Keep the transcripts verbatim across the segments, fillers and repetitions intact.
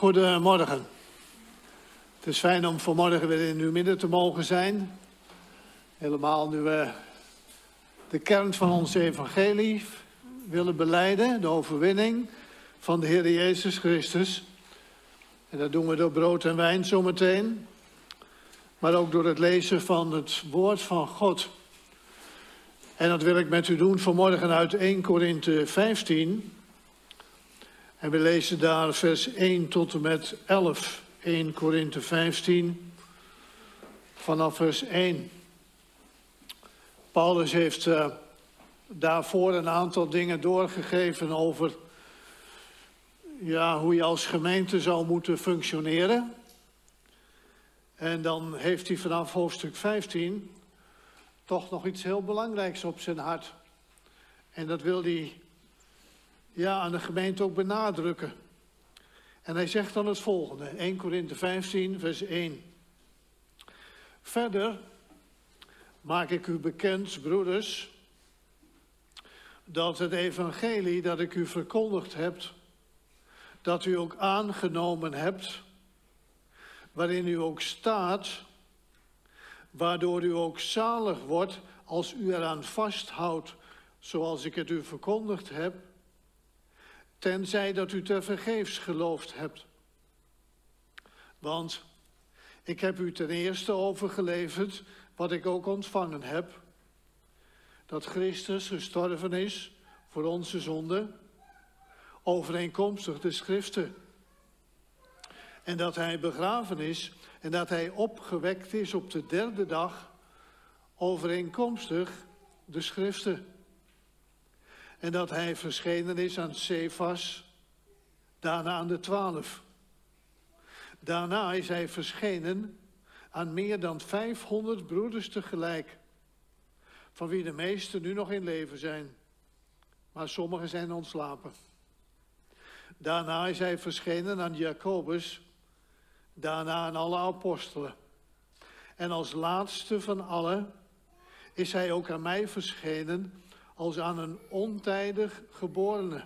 Goedemorgen. Het is fijn om vanmorgen weer in uw midden te mogen zijn. Helemaal nu we de kern van ons evangelie willen belijden, de overwinning van de Heer Jezus Christus. En dat doen we door brood en wijn zometeen, maar ook door het lezen van het woord van God. En dat wil ik met u doen vanmorgen uit Eerste Korinthe vijftien. En we lezen daar vers één tot en met elf. Eerste Korinthe vijftien, vanaf vers één. Paulus heeft uh, daarvoor een aantal dingen doorgegeven over ja, hoe je als gemeente zou moeten functioneren. En dan heeft hij vanaf hoofdstuk vijftien toch nog iets heel belangrijks op zijn hart. En dat wil hij ja, aan de gemeente ook benadrukken. En hij zegt dan het volgende, Eerste Korinthe vijftien, vers één. Verder maak ik u bekend, broeders, dat het evangelie dat ik u verkondigd heb, dat u ook aangenomen hebt, waarin u ook staat, waardoor u ook zalig wordt als u eraan vasthoudt, zoals ik het u verkondigd heb, tenzij dat u tevergeefs geloofd hebt. Want ik heb u ten eerste overgeleverd wat ik ook ontvangen heb, dat Christus gestorven is voor onze zonde, overeenkomstig de schriften. En dat hij begraven is en dat hij opgewekt is op de derde dag, overeenkomstig de schriften. En dat hij verschenen is aan Cephas, daarna aan de twaalf. Daarna is hij verschenen aan meer dan vijfhonderd broeders tegelijk, van wie de meesten nu nog in leven zijn, maar sommigen zijn ontslapen. Daarna is hij verschenen aan Jacobus, daarna aan alle apostelen. En als laatste van allen is hij ook aan mij verschenen als aan een ontijdig geborene.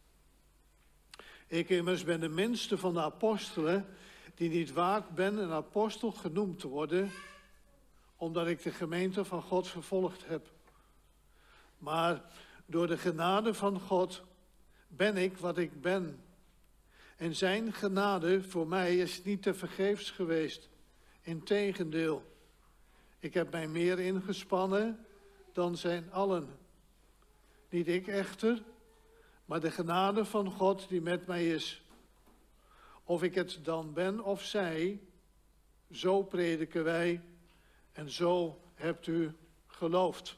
Ik immers ben de minste van de apostelen, die niet waard ben een apostel genoemd te worden, omdat ik de gemeente van God vervolgd heb. Maar door de genade van God ben ik wat ik ben. En zijn genade voor mij is niet tevergeefs geweest. Integendeel, ik heb mij meer ingespannen dan zijn allen. Niet ik echter, maar de genade van God die met mij is. Of ik het dan ben of zij, zo prediken wij en zo hebt u geloofd.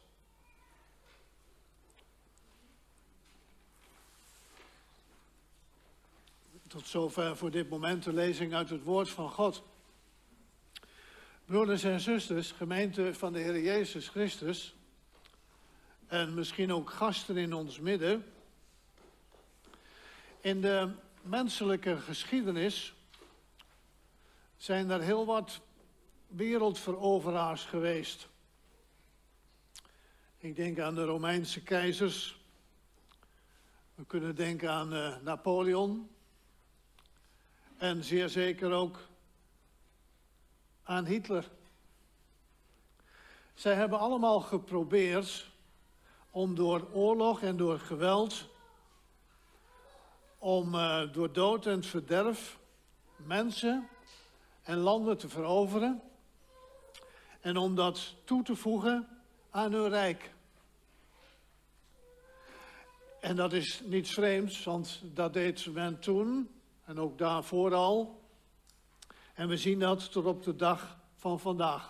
Tot zover voor dit moment de lezing uit het woord van God. Broeders en zusters, gemeente van de Heer Jezus Christus, en misschien ook gasten in ons midden. In de menselijke geschiedenis zijn er heel wat wereldveroveraars geweest. Ik denk aan de Romeinse keizers. We kunnen denken aan uh, Napoleon. En zeer zeker ook aan Hitler. Zij hebben allemaal geprobeerd om door oorlog en door geweld, om uh, door dood en verderf mensen en landen te veroveren en om dat toe te voegen aan hun rijk. En dat is niets vreemds, want dat deed men toen en ook daarvoor al. En we zien dat tot op de dag van vandaag.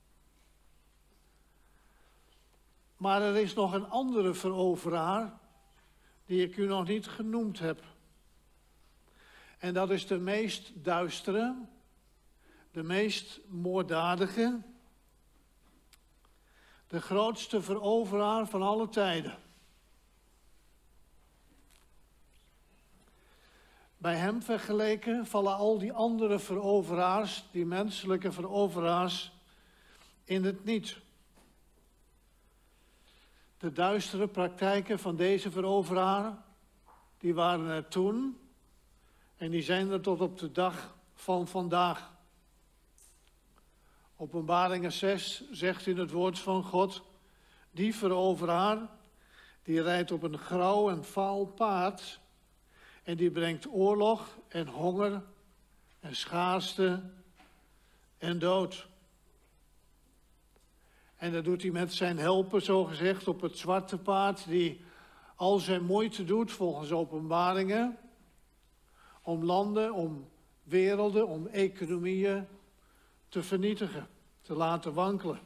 Maar er is nog een andere veroveraar die ik u nog niet genoemd heb. En dat is de meest duistere, de meest moorddadige, de grootste veroveraar van alle tijden. Bij hem vergeleken vallen al die andere veroveraars, die menselijke veroveraars, in het niet. De duistere praktijken van deze veroveraar, die waren er toen En die zijn er tot op de dag van vandaag. Openbaringen zes zegt in het woord van God, die veroveraar, die rijdt op een grauw en vaal paard en die brengt oorlog en honger en schaarste en dood. En dat doet hij met zijn helper, zogezegd, op het zwarte paard, die al zijn moeite doet, volgens Openbaringen, om landen, om werelden, om economieën te vernietigen, te laten wankelen.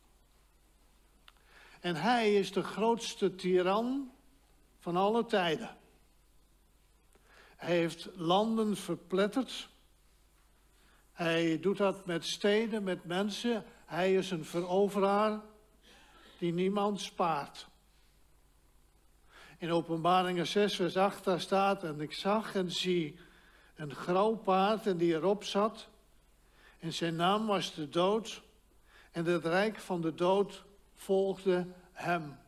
En hij is de grootste tiran van alle tijden. Hij heeft landen verpletterd. Hij doet dat met steden, met mensen. Hij is een veroveraar die niemand spaart. In Openbaringen zes vers acht daar staat, en ik zag en zie een grauw paard en die erop zat. En zijn naam was de dood. En het rijk van de dood volgde hem.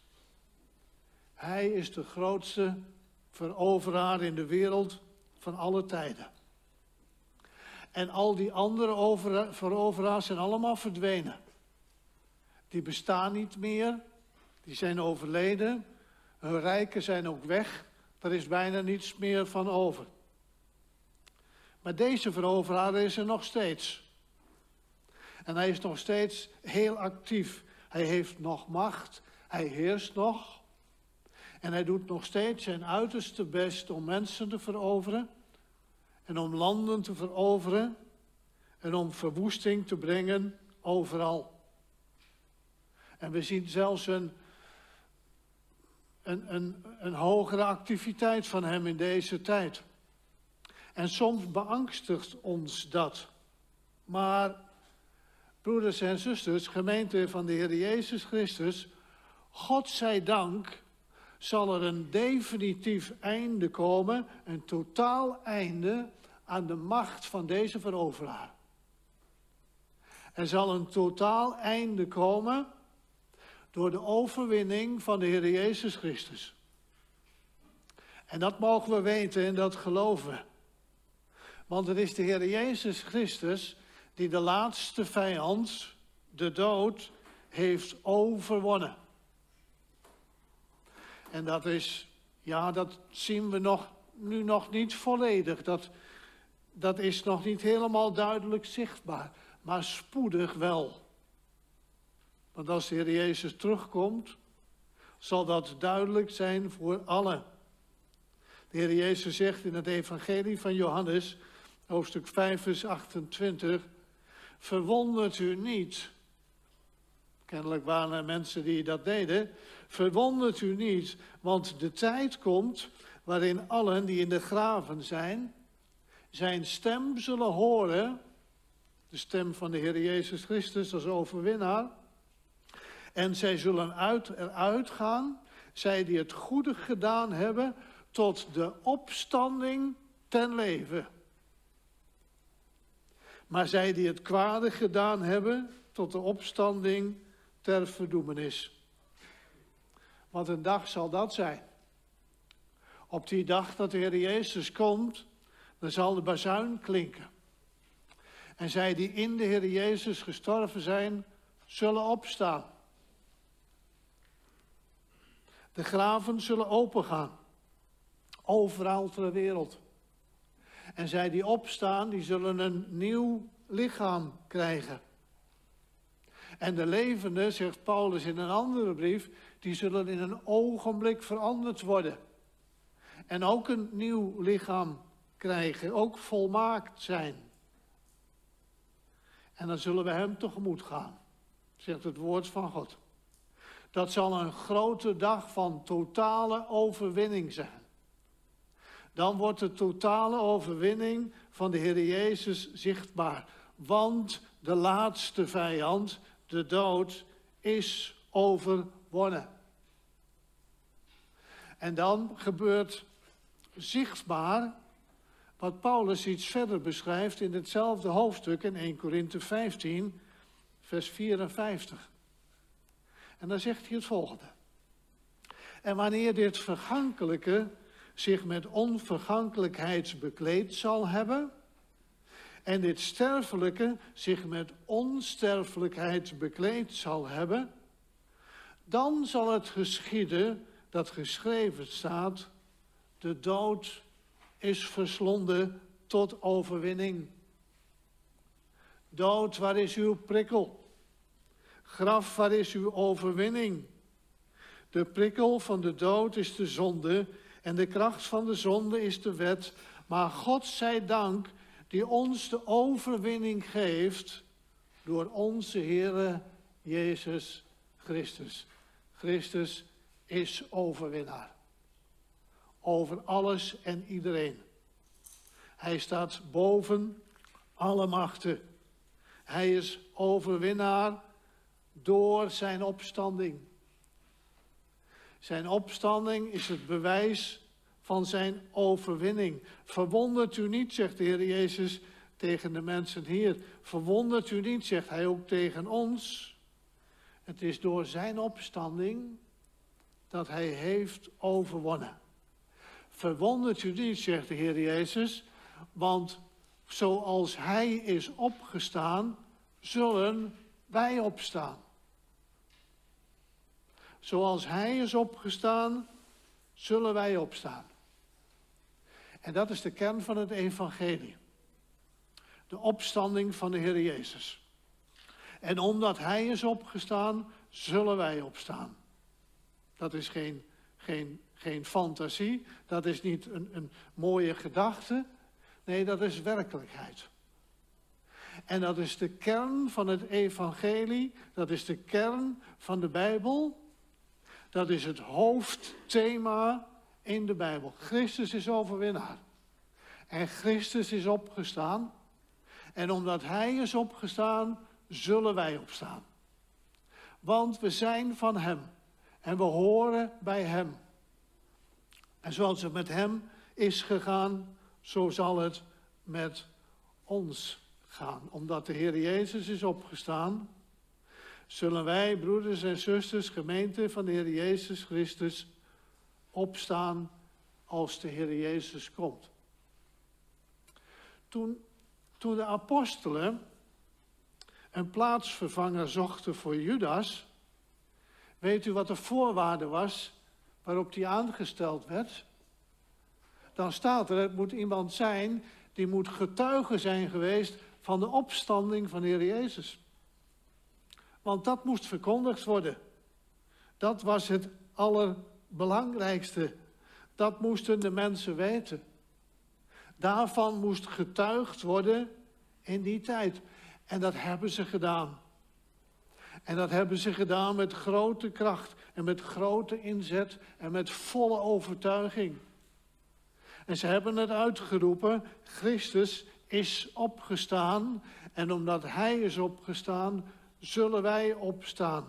Hij is de grootste veroveraar in de wereld van alle tijden. En al die andere over, veroveraars zijn allemaal verdwenen. Die bestaan niet meer. Die zijn overleden. Hun rijken zijn ook weg. Er is bijna niets meer van over. Maar deze veroveraar is er nog steeds. En hij is nog steeds heel actief. Hij heeft nog macht. Hij heerst nog. En hij doet nog steeds zijn uiterste best om mensen te veroveren. En om landen te veroveren. En om verwoesting te brengen overal. En we zien zelfs een, een, een, een hogere activiteit van hem in deze tijd. En soms beangstigt ons dat. Maar, broeders en zusters, gemeente van de Heer Jezus Christus, God zij dank zal er een definitief einde komen, een totaal einde aan de macht van deze veroveraar. Er zal een totaal einde komen door de overwinning van de Heer Jezus Christus. En dat mogen we weten en dat geloven we. Want het is de Heer Jezus Christus die de laatste vijand, de dood, heeft overwonnen. En dat is, ja, dat zien we nog, nu nog niet volledig. Dat, dat is nog niet helemaal duidelijk zichtbaar, maar spoedig wel. Want als de Heer Jezus terugkomt, zal dat duidelijk zijn voor allen. De Heer Jezus zegt in het evangelie van Johannes, hoofdstuk vijf, vers achtentwintig, verwondert u niet. Kennelijk waren er mensen die dat deden. Verwondert u niet, want de tijd komt waarin allen die in de graven zijn, zijn stem zullen horen. De stem van de Heer Jezus Christus als overwinnaar. En zij zullen uit, eruit gaan, zij die het goede gedaan hebben, tot de opstanding ten leven. Maar zij die het kwade gedaan hebben, tot de opstanding ter verdoemenis. Wat een dag zal dat zijn. Op die dag dat de Heer Jezus komt, dan zal de bazuin klinken. En zij die in de Heer Jezus gestorven zijn, zullen opstaan. De graven zullen opengaan. Overal ter wereld. En zij die opstaan, die zullen een nieuw lichaam krijgen. En de levenden, zegt Paulus in een andere brief, die zullen in een ogenblik veranderd worden. En ook een nieuw lichaam krijgen, ook volmaakt zijn. En dan zullen we hem tegemoet gaan, zegt het woord van God. Dat zal een grote dag van totale overwinning zijn. Dan wordt de totale overwinning van de Heer Jezus zichtbaar. Want de laatste vijand, de dood, is overwonnen. En dan gebeurt zichtbaar wat Paulus iets verder beschrijft in hetzelfde hoofdstuk in Eerste Korinthe vijftien, vers vierenvijftig. En dan zegt hij het volgende. En wanneer dit vergankelijke zich met onvergankelijkheid bekleed zal hebben en dit sterfelijke zich met onsterfelijkheid bekleed zal hebben, dan zal het geschieden dat geschreven staat: de dood is verslonden tot overwinning. Dood, waar is uw prikkel? Graf, waar is uw overwinning? De prikkel van de dood is de zonde en de kracht van de zonde is de wet. Maar God zij dank die ons de overwinning geeft door onze Heere Jezus Christus. Christus is overwinnaar. Over alles en iedereen. Hij staat boven alle machten. Hij is overwinnaar door zijn opstanding. Zijn opstanding is het bewijs van zijn overwinning. Verwondert u niet, zegt de Heer Jezus tegen de mensen hier. Verwondert u niet, zegt hij ook tegen ons. Het is door zijn opstanding dat hij heeft overwonnen. Verwondert u niet, zegt de Heer Jezus, want zoals hij is opgestaan, zullen wij opstaan. Zoals hij is opgestaan, zullen wij opstaan. En dat is de kern van het evangelie. De opstanding van de Heer Jezus. En omdat hij is opgestaan, zullen wij opstaan. Dat is geen, geen, geen fantasie, dat is niet een, een mooie gedachte. Nee, dat is werkelijkheid. En dat is de kern van het evangelie, dat is de kern van de Bijbel. Dat is het hoofdthema in de Bijbel. Christus is overwinnaar. En Christus is opgestaan. En omdat hij is opgestaan, zullen wij opstaan. Want we zijn van hem. En we horen bij hem. En zoals het met hem is gegaan, zo zal het met ons gaan. Omdat de Heer Jezus is opgestaan, zullen wij, broeders en zusters, gemeente van de Heer Jezus Christus, opstaan als de Heer Jezus komt. Toen, toen de apostelen een plaatsvervanger zochten voor Judas, weet u wat de voorwaarde was waarop die aangesteld werd? Dan staat er, het moet iemand zijn die moet getuige zijn geweest van de opstanding van de Heer Jezus. Want dat moest verkondigd worden. Dat was het allerbelangrijkste. Dat moesten de mensen weten. Daarvan moest getuigd worden in die tijd. En dat hebben ze gedaan. En dat hebben ze gedaan met grote kracht en met grote inzet en met volle overtuiging. En ze hebben het uitgeroepen, Christus is opgestaan. En omdat hij is opgestaan, zullen wij opstaan.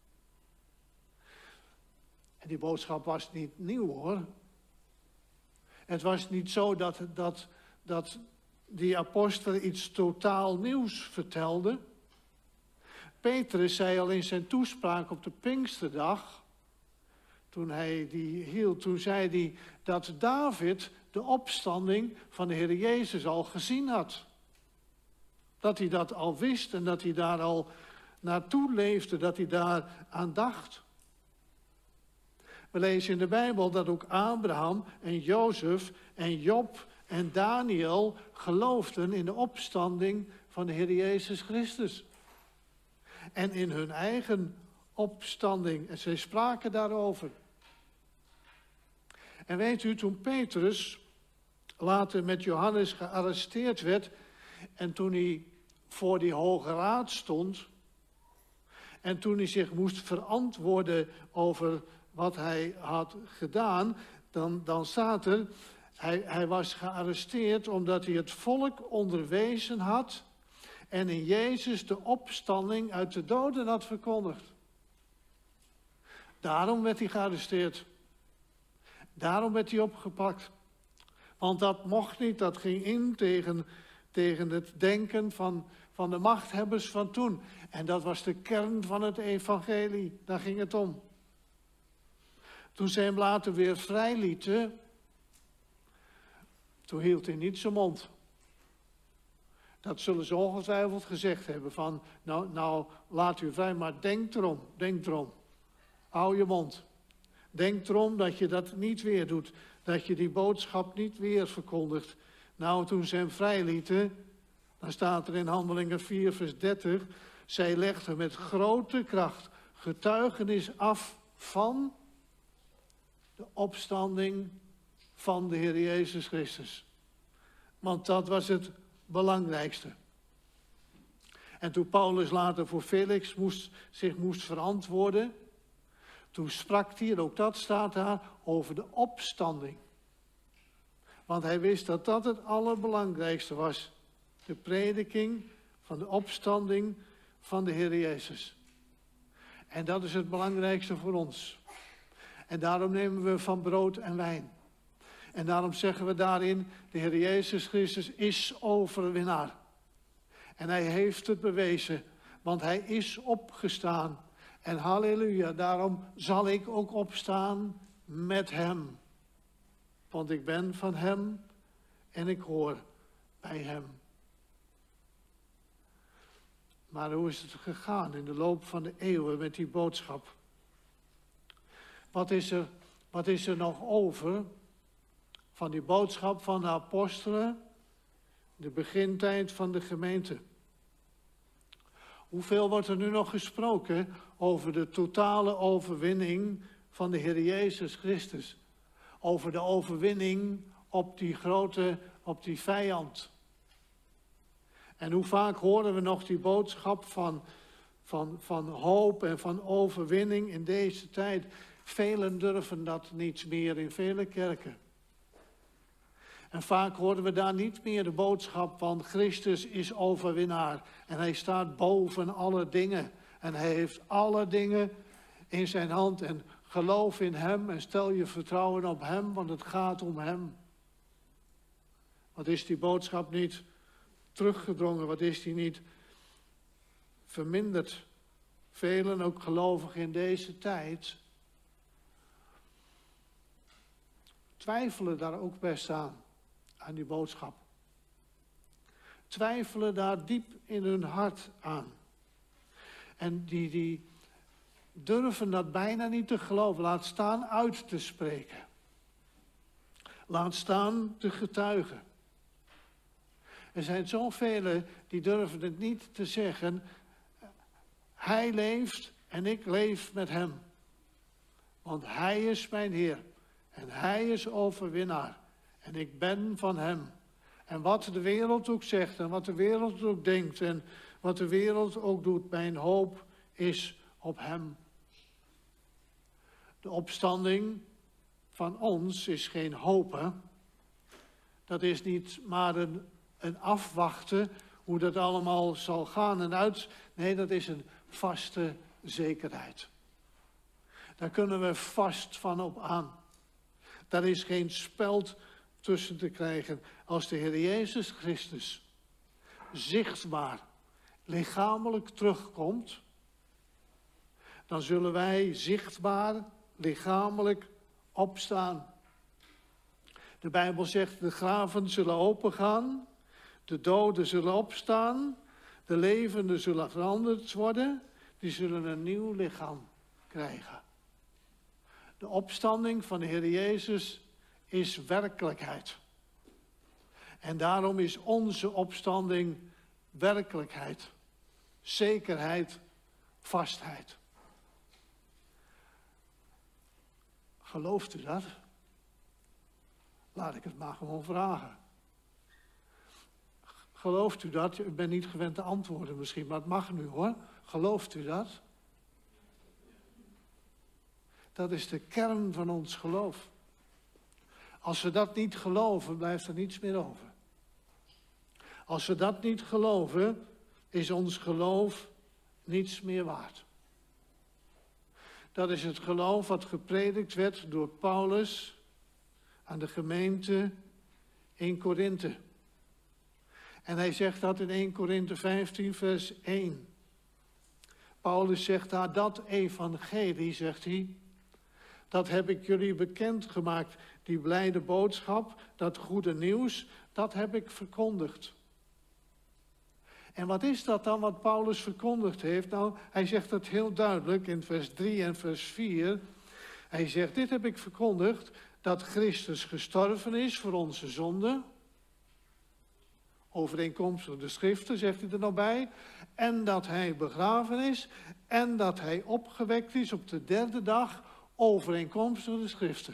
En die boodschap was niet nieuw, hoor. Het was niet zo dat, dat, dat die apostelen iets totaal nieuws vertelden. Petrus zei al in zijn toespraak op de Pinksterdag, toen hij die hield, toen zei hij dat David de opstanding van de Heer Jezus al gezien had. Dat hij dat al wist en dat hij daar al naartoe leefde, dat hij daar aan dacht. We lezen in de Bijbel dat ook Abraham en Jozef en Job en Daniel geloofden in de opstanding van de Heer Jezus Christus. En in hun eigen opstanding. En zij spraken daarover. En weet u, toen Petrus later met Johannes gearresteerd werd en toen hij voor die Hoge Raad stond en toen hij zich moest verantwoorden over wat hij had gedaan, dan, dan staat er, hij, hij was gearresteerd omdat hij het volk onderwezen had en in Jezus de opstanding uit de doden had verkondigd. Daarom werd hij gearresteerd. Daarom werd hij opgepakt. Want dat mocht niet, dat ging in tegen, tegen het denken van, van de machthebbers van toen. En dat was de kern van het evangelie, daar ging het om. Toen ze hem later weer vrijlieten, Toen hield hij niet zijn mond. Dat zullen ze ongetwijfeld gezegd hebben van, nou, nou laat u vrij, maar denk erom, denk erom. Hou je mond. Denk erom dat je dat niet weer doet, dat je die boodschap niet weer verkondigt. Nou, toen ze hem vrijlieten, dan staat er in Handelingen vier vers dertig, zij legden met grote kracht getuigenis af van de opstanding van de Heer Jezus Christus. Want dat was het belangrijkste. En toen Paulus later voor Felix moest, zich moest verantwoorden, toen sprak hij, en ook dat staat daar, over de opstanding. Want hij wist dat dat het allerbelangrijkste was. De prediking van de opstanding van de Heer Jezus. En dat is het belangrijkste voor ons. En daarom nemen we van brood en wijn. En daarom zeggen we daarin, de Heer Jezus Christus is overwinnaar. En hij heeft het bewezen, want hij is opgestaan. En halleluja, daarom zal ik ook opstaan met hem. Want ik ben van hem en ik hoor bij hem. Maar hoe is het gegaan in de loop van de eeuwen met die boodschap? Wat is er, wat is er nog over van die boodschap van de apostelen, de begintijd van de gemeente? Hoeveel wordt er nu nog gesproken over de totale overwinning van de Heer Jezus Christus? Over de overwinning op die grote, op die vijand. En hoe vaak horen we nog die boodschap van, van, van hoop en van overwinning in deze tijd? Velen durven dat niet meer in vele kerken. En vaak horen we daar niet meer de boodschap van Christus is overwinnaar. En hij staat boven alle dingen. En hij heeft alle dingen in zijn hand. En geloof in hem en stel je vertrouwen op hem, want het gaat om hem. Wat is die boodschap niet teruggedrongen? Wat is die niet verminderd? Velen, ook gelovigen in deze tijd, twijfelen daar ook best aan, aan die boodschap. Twijfelen daar diep in hun hart aan. En die, die durven dat bijna niet te geloven. Laat staan uit te spreken. Laat staan te getuigen. Er zijn zoveel die durven het niet te zeggen. Hij leeft en ik leef met hem. Want hij is mijn Heer. En hij is overwinnaar. En ik ben van hem. En wat de wereld ook zegt en wat de wereld ook denkt en wat de wereld ook doet, mijn hoop is op hem. De opstanding van ons is geen hopen. Dat is niet maar een, een afwachten hoe dat allemaal zal gaan en uit. Nee, dat is een vaste zekerheid. Daar kunnen we vast van op aan. Daar is geen speld tussen te krijgen. Als de Heer Jezus Christus zichtbaar, lichamelijk terugkomt, dan zullen wij zichtbaar, lichamelijk opstaan. De Bijbel zegt, de graven zullen opengaan, de doden zullen opstaan, de levenden zullen veranderd worden, die zullen een nieuw lichaam krijgen. De opstanding van de Heer Jezus is werkelijkheid. En daarom is onze opstanding werkelijkheid, zekerheid, vastheid. Gelooft u dat? Laat ik het maar gewoon vragen. Gelooft u dat? U bent niet gewend te antwoorden misschien, maar het mag nu hoor. Gelooft u dat? Dat is de kern van ons geloof. Als we dat niet geloven, blijft er niets meer over. Als we dat niet geloven, is ons geloof niets meer waard. Dat is het geloof wat gepredikt werd door Paulus aan de gemeente in Korinthe. En hij zegt dat in eerste Korinthe vijftien vers één. Paulus zegt daar, dat evangelie, zegt hij, Dat heb ik jullie bekendgemaakt. Die blijde boodschap, dat goede nieuws, dat heb ik verkondigd. En wat is dat dan wat Paulus verkondigd heeft? Nou, hij zegt het heel duidelijk in vers drie en vers vier. Hij zegt, dit heb ik verkondigd, dat Christus gestorven is voor onze zonden. Overeenkomstig de schriften, zegt hij er nog bij. En dat hij begraven is. En dat hij opgewekt is op de derde dag, overeenkomstig de schriften.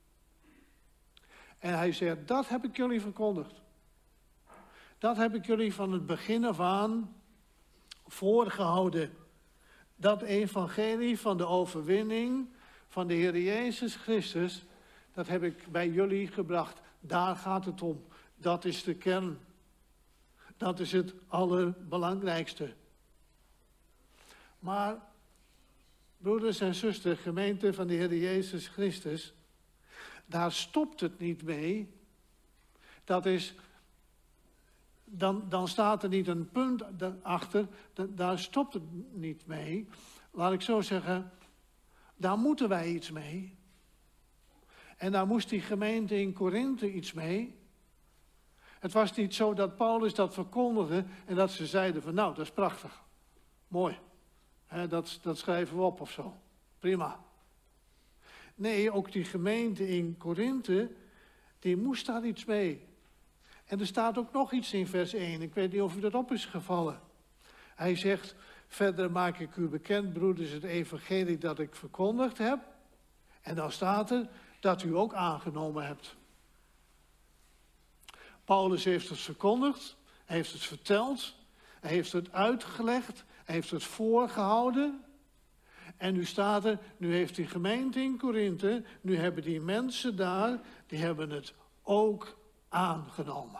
En hij zegt, dat heb ik jullie verkondigd. Dat heb ik jullie van het begin af aan voorgehouden. Dat evangelie van de overwinning van de Heer Jezus Christus, dat heb ik bij jullie gebracht. Daar gaat het om. Dat is de kern. Dat is het allerbelangrijkste. Maar, broeders en zusters, gemeente van de Heer Jezus Christus, daar stopt het niet mee. Dat is, dan, dan staat er niet een punt achter, daar stopt het niet mee. Laat ik zo zeggen, daar moeten wij iets mee. En daar moest die gemeente in Korinthe iets mee. Het was niet zo dat Paulus dat verkondigde en dat ze zeiden van nou, dat is prachtig. Mooi. He, dat, dat schrijven we op of zo. Prima. Nee, ook die gemeente in Korinthe, die moest daar iets mee. En er staat ook nog iets in vers één. Ik weet niet of u dat op is gevallen. Hij zegt, verder maak ik u bekend, broeders, het evangelie dat ik verkondigd heb. En dan staat er dat u ook aangenomen hebt. Paulus heeft het verkondigd, hij heeft het verteld, hij heeft het uitgelegd, hij heeft het voorgehouden. En nu staat er, nu heeft die gemeente in Korinthe, nu hebben die mensen daar, die hebben het ook aangenomen.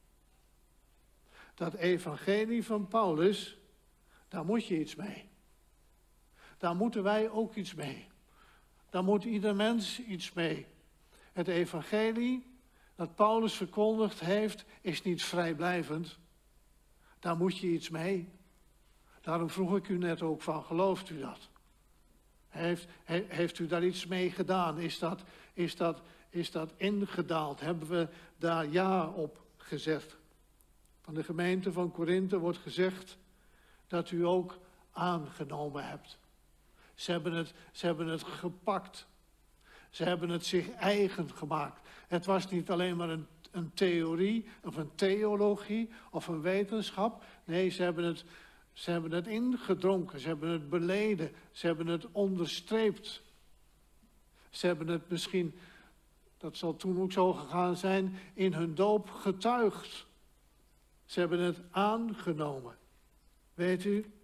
Dat evangelie van Paulus, daar moet je iets mee. Daar moeten wij ook iets mee. Daar moet ieder mens iets mee. Het evangelie dat Paulus verkondigd heeft, is niet vrijblijvend. Daar moet je iets mee. Daarom vroeg ik u net ook van, gelooft u dat? Heeft, he, heeft u daar iets mee gedaan? Is dat, is, dat, is dat ingedaald? Hebben we daar ja op gezegd? Van de gemeente van Korinthe wordt gezegd dat u ook aangenomen hebt. Ze hebben het, ze hebben het gepakt. Ze hebben het zich eigen gemaakt. Het was niet alleen maar een, een theorie of een theologie of een wetenschap. Nee, ze hebben het, ze hebben het ingedronken. Ze hebben het beleden. Ze hebben het onderstreept. Ze hebben het misschien, dat zal toen ook zo gegaan zijn, in hun doop getuigd. Ze hebben het aangenomen. Weet u,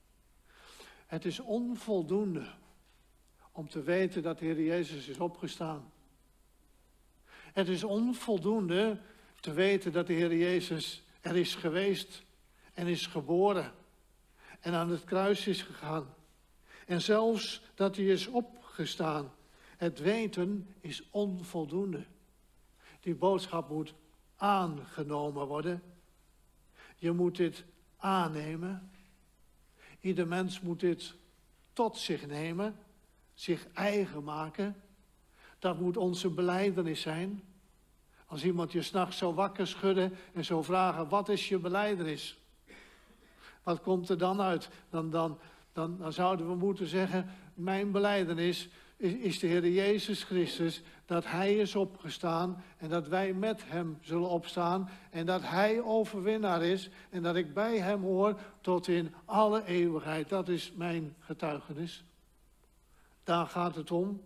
het is onvoldoende om te weten dat de Heer Jezus is opgestaan. Het is onvoldoende te weten dat de Heer Jezus er is geweest en is geboren en aan het kruis is gegaan. En zelfs dat hij is opgestaan. Het weten is onvoldoende. Die boodschap moet aangenomen worden. Je moet dit aannemen. Ieder mens moet dit tot zich nemen, zich eigen maken. Dat moet onze belijdenis zijn. Als iemand je 's nachts zou wakker schudden en zou vragen, wat is je belijdenis? Wat komt er dan uit? Dan, dan, dan, dan zouden we moeten zeggen, mijn belijdenis is, is de Heer Jezus Christus, dat Hij is opgestaan en dat wij met Hem zullen opstaan en dat Hij overwinnaar is en dat ik bij Hem hoor tot in alle eeuwigheid. Dat is mijn getuigenis. Daar gaat het om.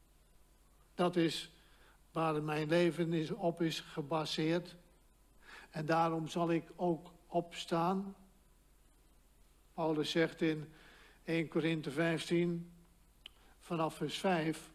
Dat is waar mijn leven is, op is gebaseerd. En daarom zal ik ook opstaan. Paulus zegt in eerste Korinthe vijftien, vanaf vers vijf.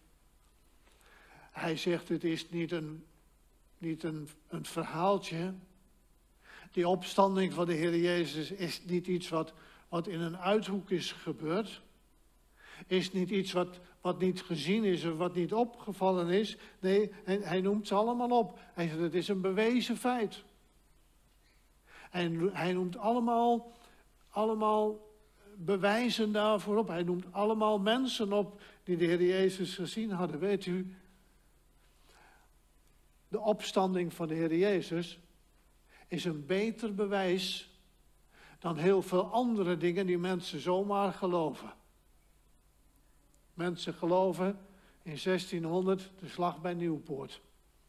Hij zegt, het is niet een, niet een, een verhaaltje. Die opstanding van de Heer Jezus is niet iets wat, wat in een uithoek is gebeurd. Is niet iets wat, wat niet gezien is of wat niet opgevallen is. Nee, hij, hij noemt ze allemaal op. Hij zegt, het is een bewezen feit. En hij noemt allemaal, allemaal bewijzen daarvoor op. Hij noemt allemaal mensen op die de Heer Jezus gezien hadden. Weet u, de opstanding van de Heer Jezus is een beter bewijs dan heel veel andere dingen die mensen zomaar geloven. Mensen geloven in zestienhonderd de slag bij Nieuwpoort.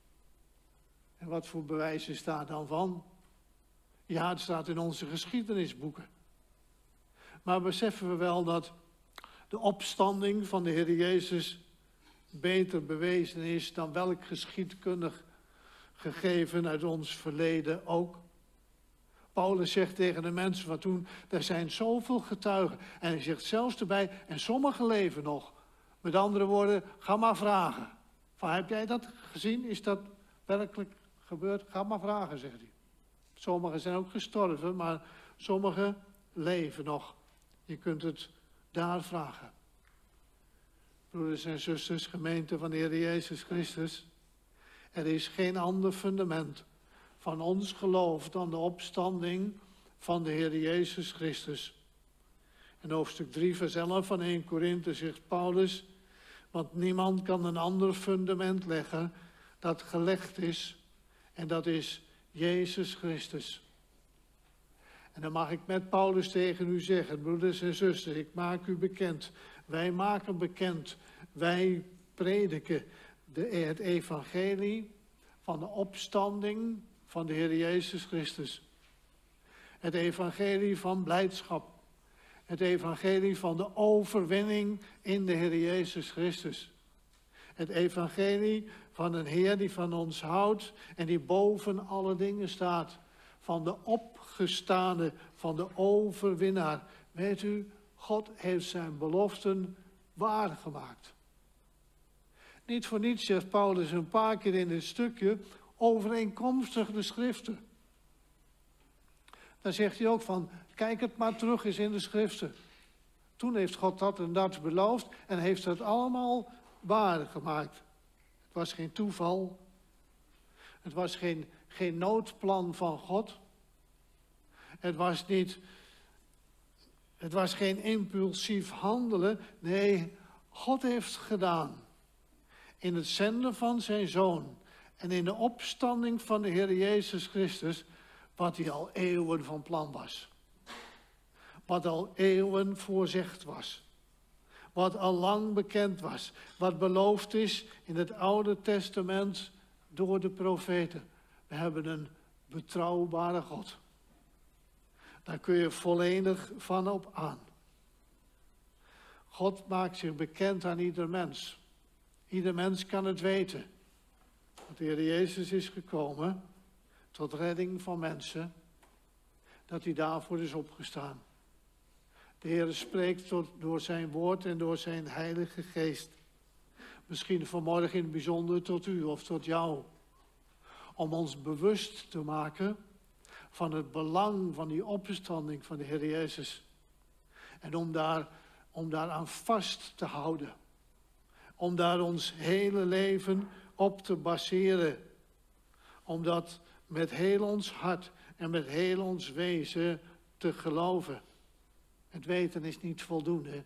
En wat voor bewijs is daar dan van? Ja, het staat in onze geschiedenisboeken. Maar beseffen we wel dat de opstanding van de Heer Jezus beter bewezen is dan welk geschiedkundig gegeven uit ons verleden ook? Paulus zegt tegen de mensen van toen, er zijn zoveel getuigen. En hij zegt zelfs erbij, en sommigen leven nog. Met andere woorden, ga maar vragen. Van, heb jij dat gezien? Is dat werkelijk gebeurd? Ga maar vragen, zegt hij. Sommigen zijn ook gestorven, maar sommigen leven nog. Je kunt het daar vragen. Broeders en zusters, gemeente van de Heer Jezus Christus. Er is geen ander fundament van ons geloof dan de opstanding van de Heer Jezus Christus. In hoofdstuk drie vers elf van eerste Korinthe zegt Paulus, want niemand kan een ander fundament leggen dat gelegd is, en dat is Jezus Christus. En dan mag ik met Paulus tegen u zeggen, broeders en zusters, ik maak u bekend. Wij maken bekend, wij prediken de, het evangelie van de opstanding van de Heer Jezus Christus. Het evangelie van blijdschap. Het evangelie van de overwinning in de Heer Jezus Christus. Het evangelie van een Heer die van ons houdt en die boven alle dingen staat. Van de opgestane, van de overwinnaar. Weet u, God heeft zijn beloften waargemaakt. Niet voor niets zegt Paulus een paar keer in dit stukje overeenkomstig de schriften. Dan zegt hij ook van, kijk het maar terug eens in de schriften. Toen heeft God dat en dat beloofd en heeft dat allemaal waargemaakt. Het was geen toeval. Het was geen, geen noodplan van God. Het was niet, het was geen impulsief handelen. Nee, God heeft gedaan. In het zenden van zijn Zoon en in de opstanding van de Heer Jezus Christus, wat hij al eeuwen van plan was. Wat al eeuwen voorzegd was. Wat al lang bekend was. Wat beloofd is in het Oude Testament door de profeten. We hebben een betrouwbare God. Daar kun je volledig van op aan. God maakt zich bekend aan ieder mens. Ieder mens kan het weten. Want de Heer Jezus is gekomen tot redding van mensen. Dat hij daarvoor is opgestaan. De Heer spreekt tot, door zijn woord en door zijn heilige geest. Misschien vanmorgen in het bijzonder tot u of tot jou. Om ons bewust te maken van het belang van die opstanding van de Heer Jezus. En om daar, om daaraan vast te houden. Om daar ons hele leven op te baseren. Om dat met heel ons hart en met heel ons wezen te geloven. Het weten is niet voldoende.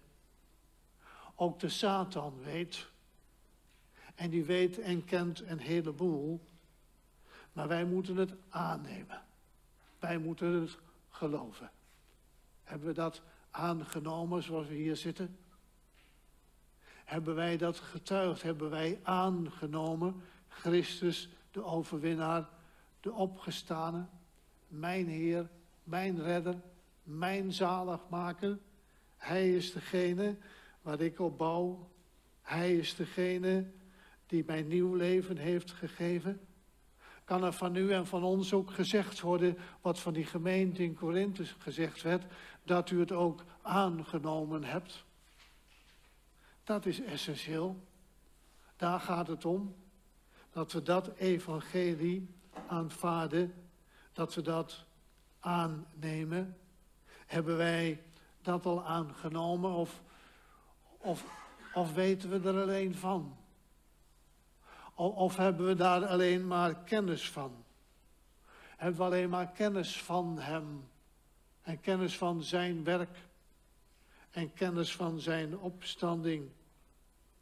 Ook de Satan weet. En die weet en kent een heleboel. Maar wij moeten het aannemen. Wij moeten het geloven. Hebben we dat aangenomen zoals we hier zitten? Hebben wij dat getuigd? Hebben wij aangenomen? Christus, de overwinnaar, de opgestane, mijn Heer, mijn redder, mijn zaligmaker. Hij is degene waar ik op bouw. Hij is degene die mij nieuw leven heeft gegeven. Kan er van u en van ons ook gezegd worden, wat van die gemeente in Korinthe gezegd werd, dat u het ook aangenomen hebt? Dat is essentieel. Daar gaat het om. Dat we dat evangelie aanvaarden. Dat we dat aannemen. Hebben wij dat al aangenomen of, of, of weten we er alleen van? Of, of hebben we daar alleen maar kennis van? Hebben we alleen maar kennis van hem? En kennis van zijn werk? En kennis van zijn opstanding?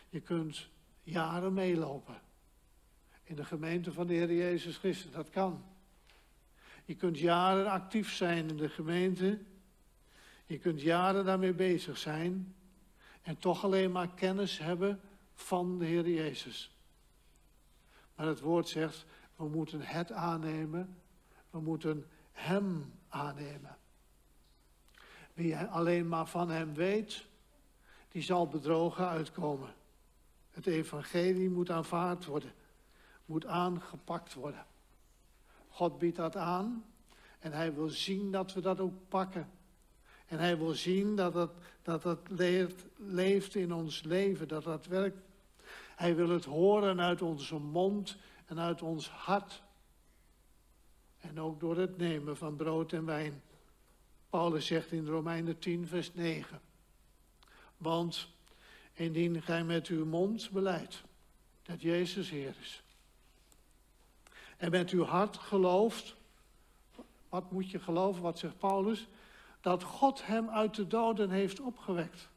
Je kunt jaren meelopen in de gemeente van de Heer Jezus Christus. Dat kan. Je kunt jaren actief zijn in de gemeente. Je kunt jaren daarmee bezig zijn. En toch alleen maar kennis hebben van de Heer Jezus. Maar het woord zegt, we moeten het aannemen. We moeten hem aannemen. Wie alleen maar van hem weet, die zal bedrogen uitkomen. Het evangelie moet aanvaard worden. Moet aangepakt worden. God biedt dat aan. En hij wil zien dat we dat ook pakken. En hij wil zien dat het, dat het leeft, leeft in ons leven. Dat dat werkt. Hij wil het horen uit onze mond en uit ons hart. En ook door het nemen van brood en wijn. Paulus zegt in Romeinen tien vers negen. Want indien gij met uw mond belijdt dat Jezus Heer is. En met uw hart gelooft. Wat moet je geloven? Wat zegt Paulus? Dat God hem uit de doden heeft opgewekt.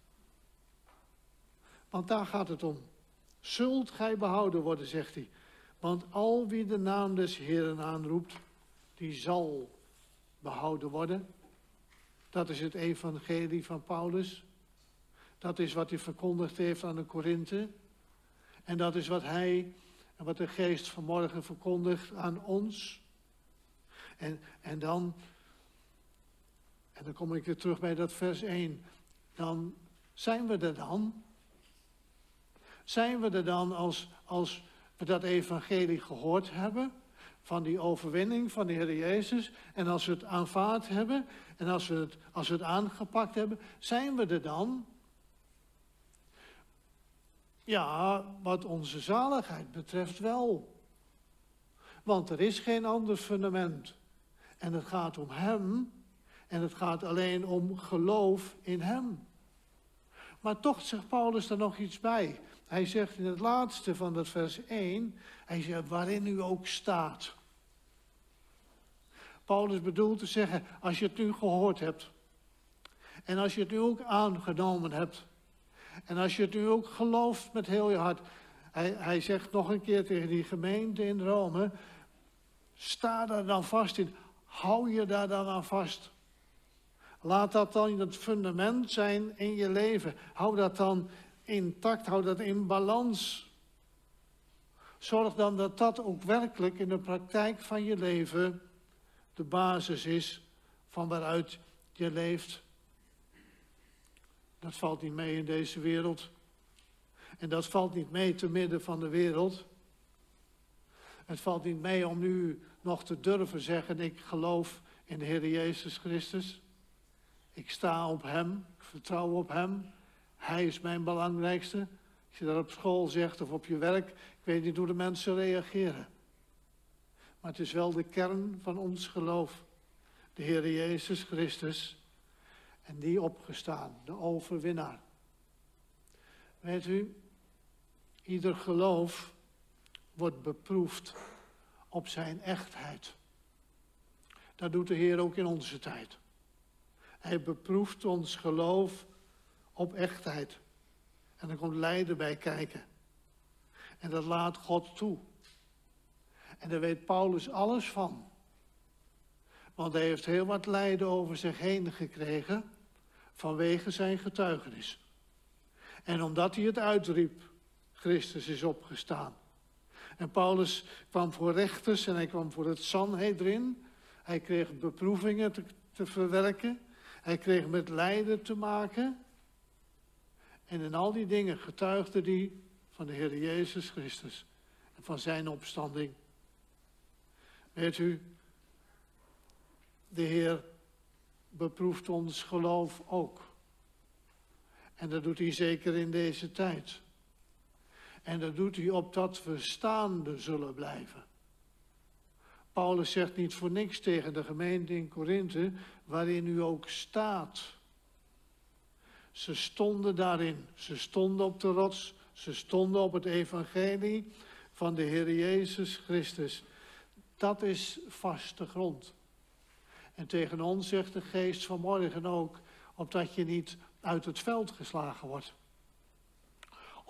Want daar gaat het om. Zult gij behouden worden, zegt hij. Want al wie de naam des Heeren aanroept, die zal behouden worden. Dat is het evangelie van Paulus. Dat is wat hij verkondigd heeft aan de Korinthe. En dat is wat hij en wat de geest vanmorgen verkondigt aan ons. En, en dan, en dan kom ik weer terug bij dat vers één. Dan zijn we er dan. Zijn we er dan als, als we dat evangelie gehoord hebben, van die overwinning van de Heer Jezus, en als we het aanvaard hebben, en als we het, als we het aangepakt hebben, zijn we er dan? Ja, wat onze zaligheid betreft wel. Want er is geen ander fundament. En het gaat om hem, en het gaat alleen om geloof in hem. Maar toch zegt Paulus er nog iets bij. Hij zegt in het laatste van dat vers één, hij zegt waarin u ook staat. Paulus bedoelt te zeggen, als je het nu gehoord hebt, en als je het nu ook aangenomen hebt, en als je het nu ook gelooft met heel je hart. Hij, hij zegt nog een keer tegen die gemeente in Rome, sta daar dan vast in, hou je daar dan aan vast. Laat dat dan het fundament zijn in je leven. Hou dat dan intact, hou dat in balans. Zorg dan dat dat ook werkelijk in de praktijk van je leven de basis is van waaruit je leeft. Dat valt niet mee in deze wereld. En dat valt niet mee te midden van de wereld. Het valt niet mee om nu nog te durven zeggen, ik geloof in de Heer Jezus Christus. Ik sta op hem, ik vertrouw op hem. Hij is mijn belangrijkste. Als je dat op school zegt of op je werk, ik weet niet hoe de mensen reageren. Maar het is wel de kern van ons geloof. De Heer Jezus Christus. En die opgestaan, de overwinnaar. Weet u, ieder geloof wordt beproefd op zijn echtheid. Dat doet de Heer ook in onze tijd. Hij beproeft ons geloof op echtheid. En er komt lijden bij kijken. En dat laat God toe. En daar weet Paulus alles van. Want hij heeft heel wat lijden over zich heen gekregen vanwege zijn getuigenis. En omdat hij het uitriep, Christus is opgestaan. En Paulus kwam voor rechters en hij kwam voor het Sanhedrin. Hij kreeg beproevingen te, te verwerken. Hij kreeg met lijden te maken. En in al die dingen getuigde hij van de Heer Jezus Christus. En van zijn opstanding. Weet u, de Heer beproeft ons geloof ook. En dat doet hij zeker in deze tijd. En dat doet hij opdat we staande zullen blijven. Paulus zegt niet voor niks tegen de gemeente in Korinthe, waarin u ook staat. Ze stonden daarin, ze stonden op de rots, ze stonden op het evangelie van de Heer Jezus Christus. Dat is vaste grond. En tegen ons zegt de geest vanmorgen ook, opdat je niet uit het veld geslagen wordt.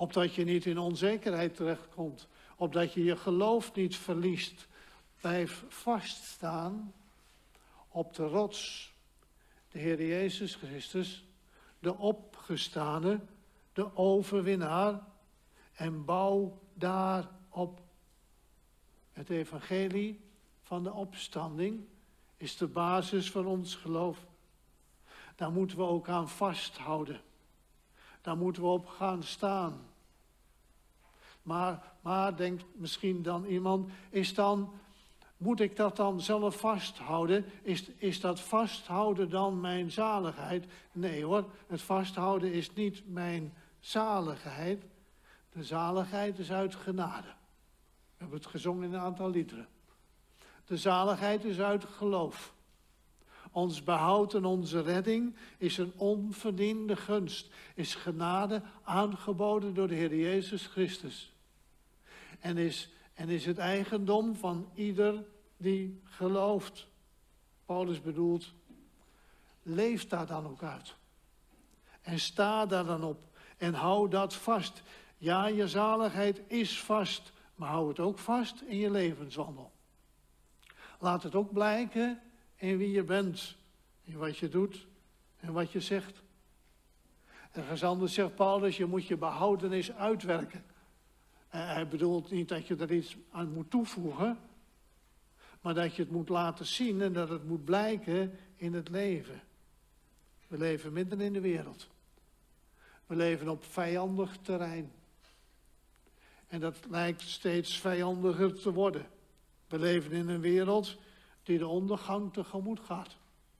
Opdat je niet in onzekerheid terechtkomt. Opdat je je geloof niet verliest. Blijf vaststaan op de rots. De Heer Jezus Christus, de opgestane, de overwinnaar. En bouw daarop. Het evangelie van de opstanding is de basis van ons geloof. Daar moeten we ook aan vasthouden. Daar moeten we op gaan staan. Maar, maar denkt misschien dan iemand, is dan, moet ik dat dan zelf vasthouden? Is, is dat vasthouden dan mijn zaligheid? Nee hoor, het vasthouden is niet mijn zaligheid. De zaligheid is uit genade. We hebben het gezongen in een aantal liederen. De zaligheid is uit geloof. Ons behoud en onze redding is een onverdiende gunst. Is genade aangeboden door de Heer Jezus Christus. En is, en is het eigendom van ieder die gelooft. Paulus bedoelt, leef daar dan ook uit. En sta daar dan op. En hou dat vast. Ja, je zaligheid is vast. Maar hou het ook vast in je levenswandel. Laat het ook blijken in wie je bent. In wat je doet en wat je zegt. Ergens anders zegt Paulus, je moet je behoudenis uitwerken. Hij bedoelt niet dat je er iets aan moet toevoegen. Maar dat je het moet laten zien en dat het moet blijken in het leven. We leven midden in de wereld. We leven op vijandig terrein. En dat lijkt steeds vijandiger te worden. We leven in een wereld die de ondergang tegemoet gaat.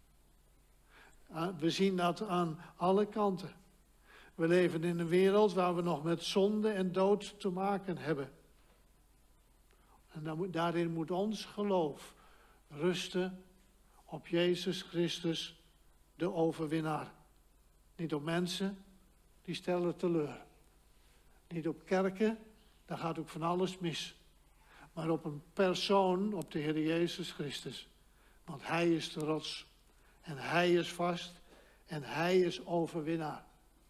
We zien dat aan alle kanten. We leven in een wereld waar we nog met zonde en dood te maken hebben. En daarin moet ons geloof rusten op Jezus Christus, de overwinnaar. Niet op mensen, die stellen teleur. Niet op kerken, daar gaat ook van alles mis. Maar op een persoon, op de Heer Jezus Christus. Want Hij is de rots. En Hij is vast. En Hij is overwinnaar.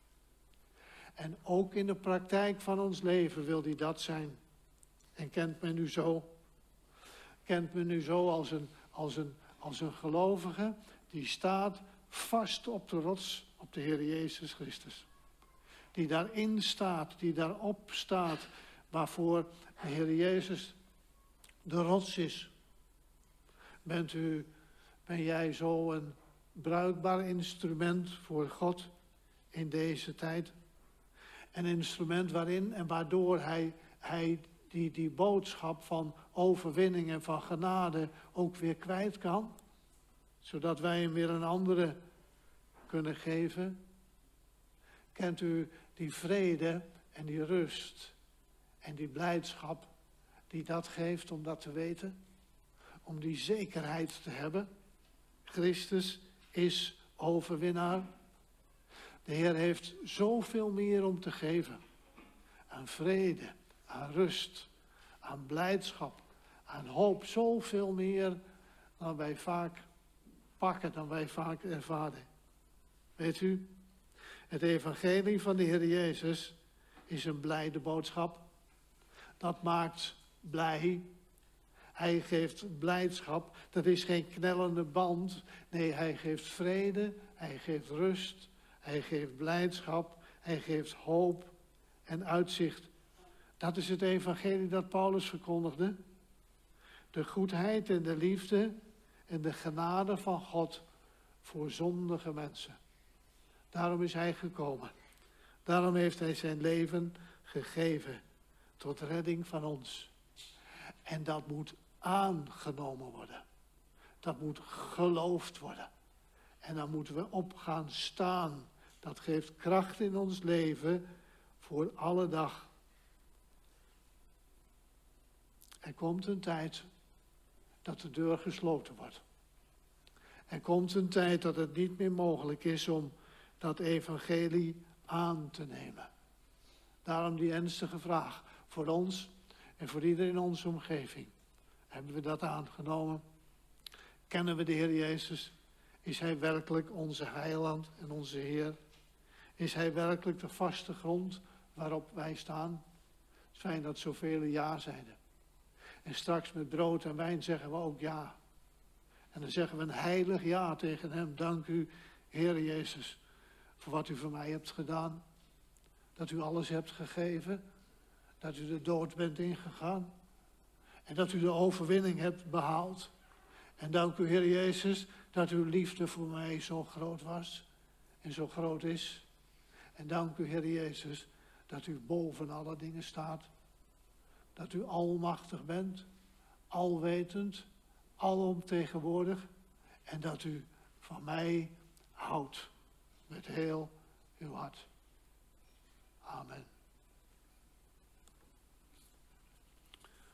En ook in de praktijk van ons leven wil Hij dat zijn. En kent men u zo? Kent men u zo als een, als een, als een gelovige die staat vast op de rots, op de Heer Jezus Christus. Die daarin staat, die daarop staat, waarvoor de Heer Jezus de rots is. Bent u, ben jij zo een bruikbaar instrument voor God in deze tijd? Een instrument waarin en waardoor hij, hij die, die boodschap van overwinning en van genade ook weer kwijt kan. Zodat wij hem weer een andere kunnen geven. Kent u die vrede en die rust en die blijdschap die dat geeft om dat te weten? Om die zekerheid te hebben. Christus is overwinnaar. De Heer heeft zoveel meer om te geven. Aan vrede, aan rust, aan blijdschap, aan hoop. Zoveel meer dan wij vaak pakken, dan wij vaak ervaren. Weet u, het evangelie van de Heer Jezus is een blijde boodschap. Dat maakt blij. Hij geeft blijdschap. Dat is geen knellende band. Nee, hij geeft vrede. Hij geeft rust. Hij geeft blijdschap. Hij geeft hoop en uitzicht. Dat is het evangelie dat Paulus verkondigde. De goedheid en de liefde en de genade van God voor zondige mensen. Daarom is hij gekomen. Daarom heeft hij zijn leven gegeven tot redding van ons. En dat moet aangenomen worden. Dat moet geloofd worden. En dan moeten we op gaan staan. Dat geeft kracht in ons leven voor alle dag. Er komt een tijd dat de deur gesloten wordt. Er komt een tijd dat het niet meer mogelijk is om dat evangelie aan te nemen. Daarom die ernstige vraag voor ons en voor iedereen in onze omgeving. Hebben we dat aangenomen? Kennen we de Heer Jezus? Is Hij werkelijk onze heiland en onze Heer? Is Hij werkelijk de vaste grond waarop wij staan. Het fijn dat zoveel ja zeiden. En straks met brood en wijn zeggen we ook ja. En dan zeggen we een heilig ja tegen hem. Dank u, Heer Jezus, voor wat u voor mij hebt gedaan. Dat u alles hebt gegeven. Dat u de dood bent ingegaan. En dat u de overwinning hebt behaald. En dank u, Heer Jezus, dat uw liefde voor mij zo groot was. En zo groot is. En dank u, Heer Jezus, dat u boven alle dingen staat. Dat u almachtig bent. Alwetend. Alomtegenwoordig. En dat u van mij houdt. Met heel uw hart. Amen.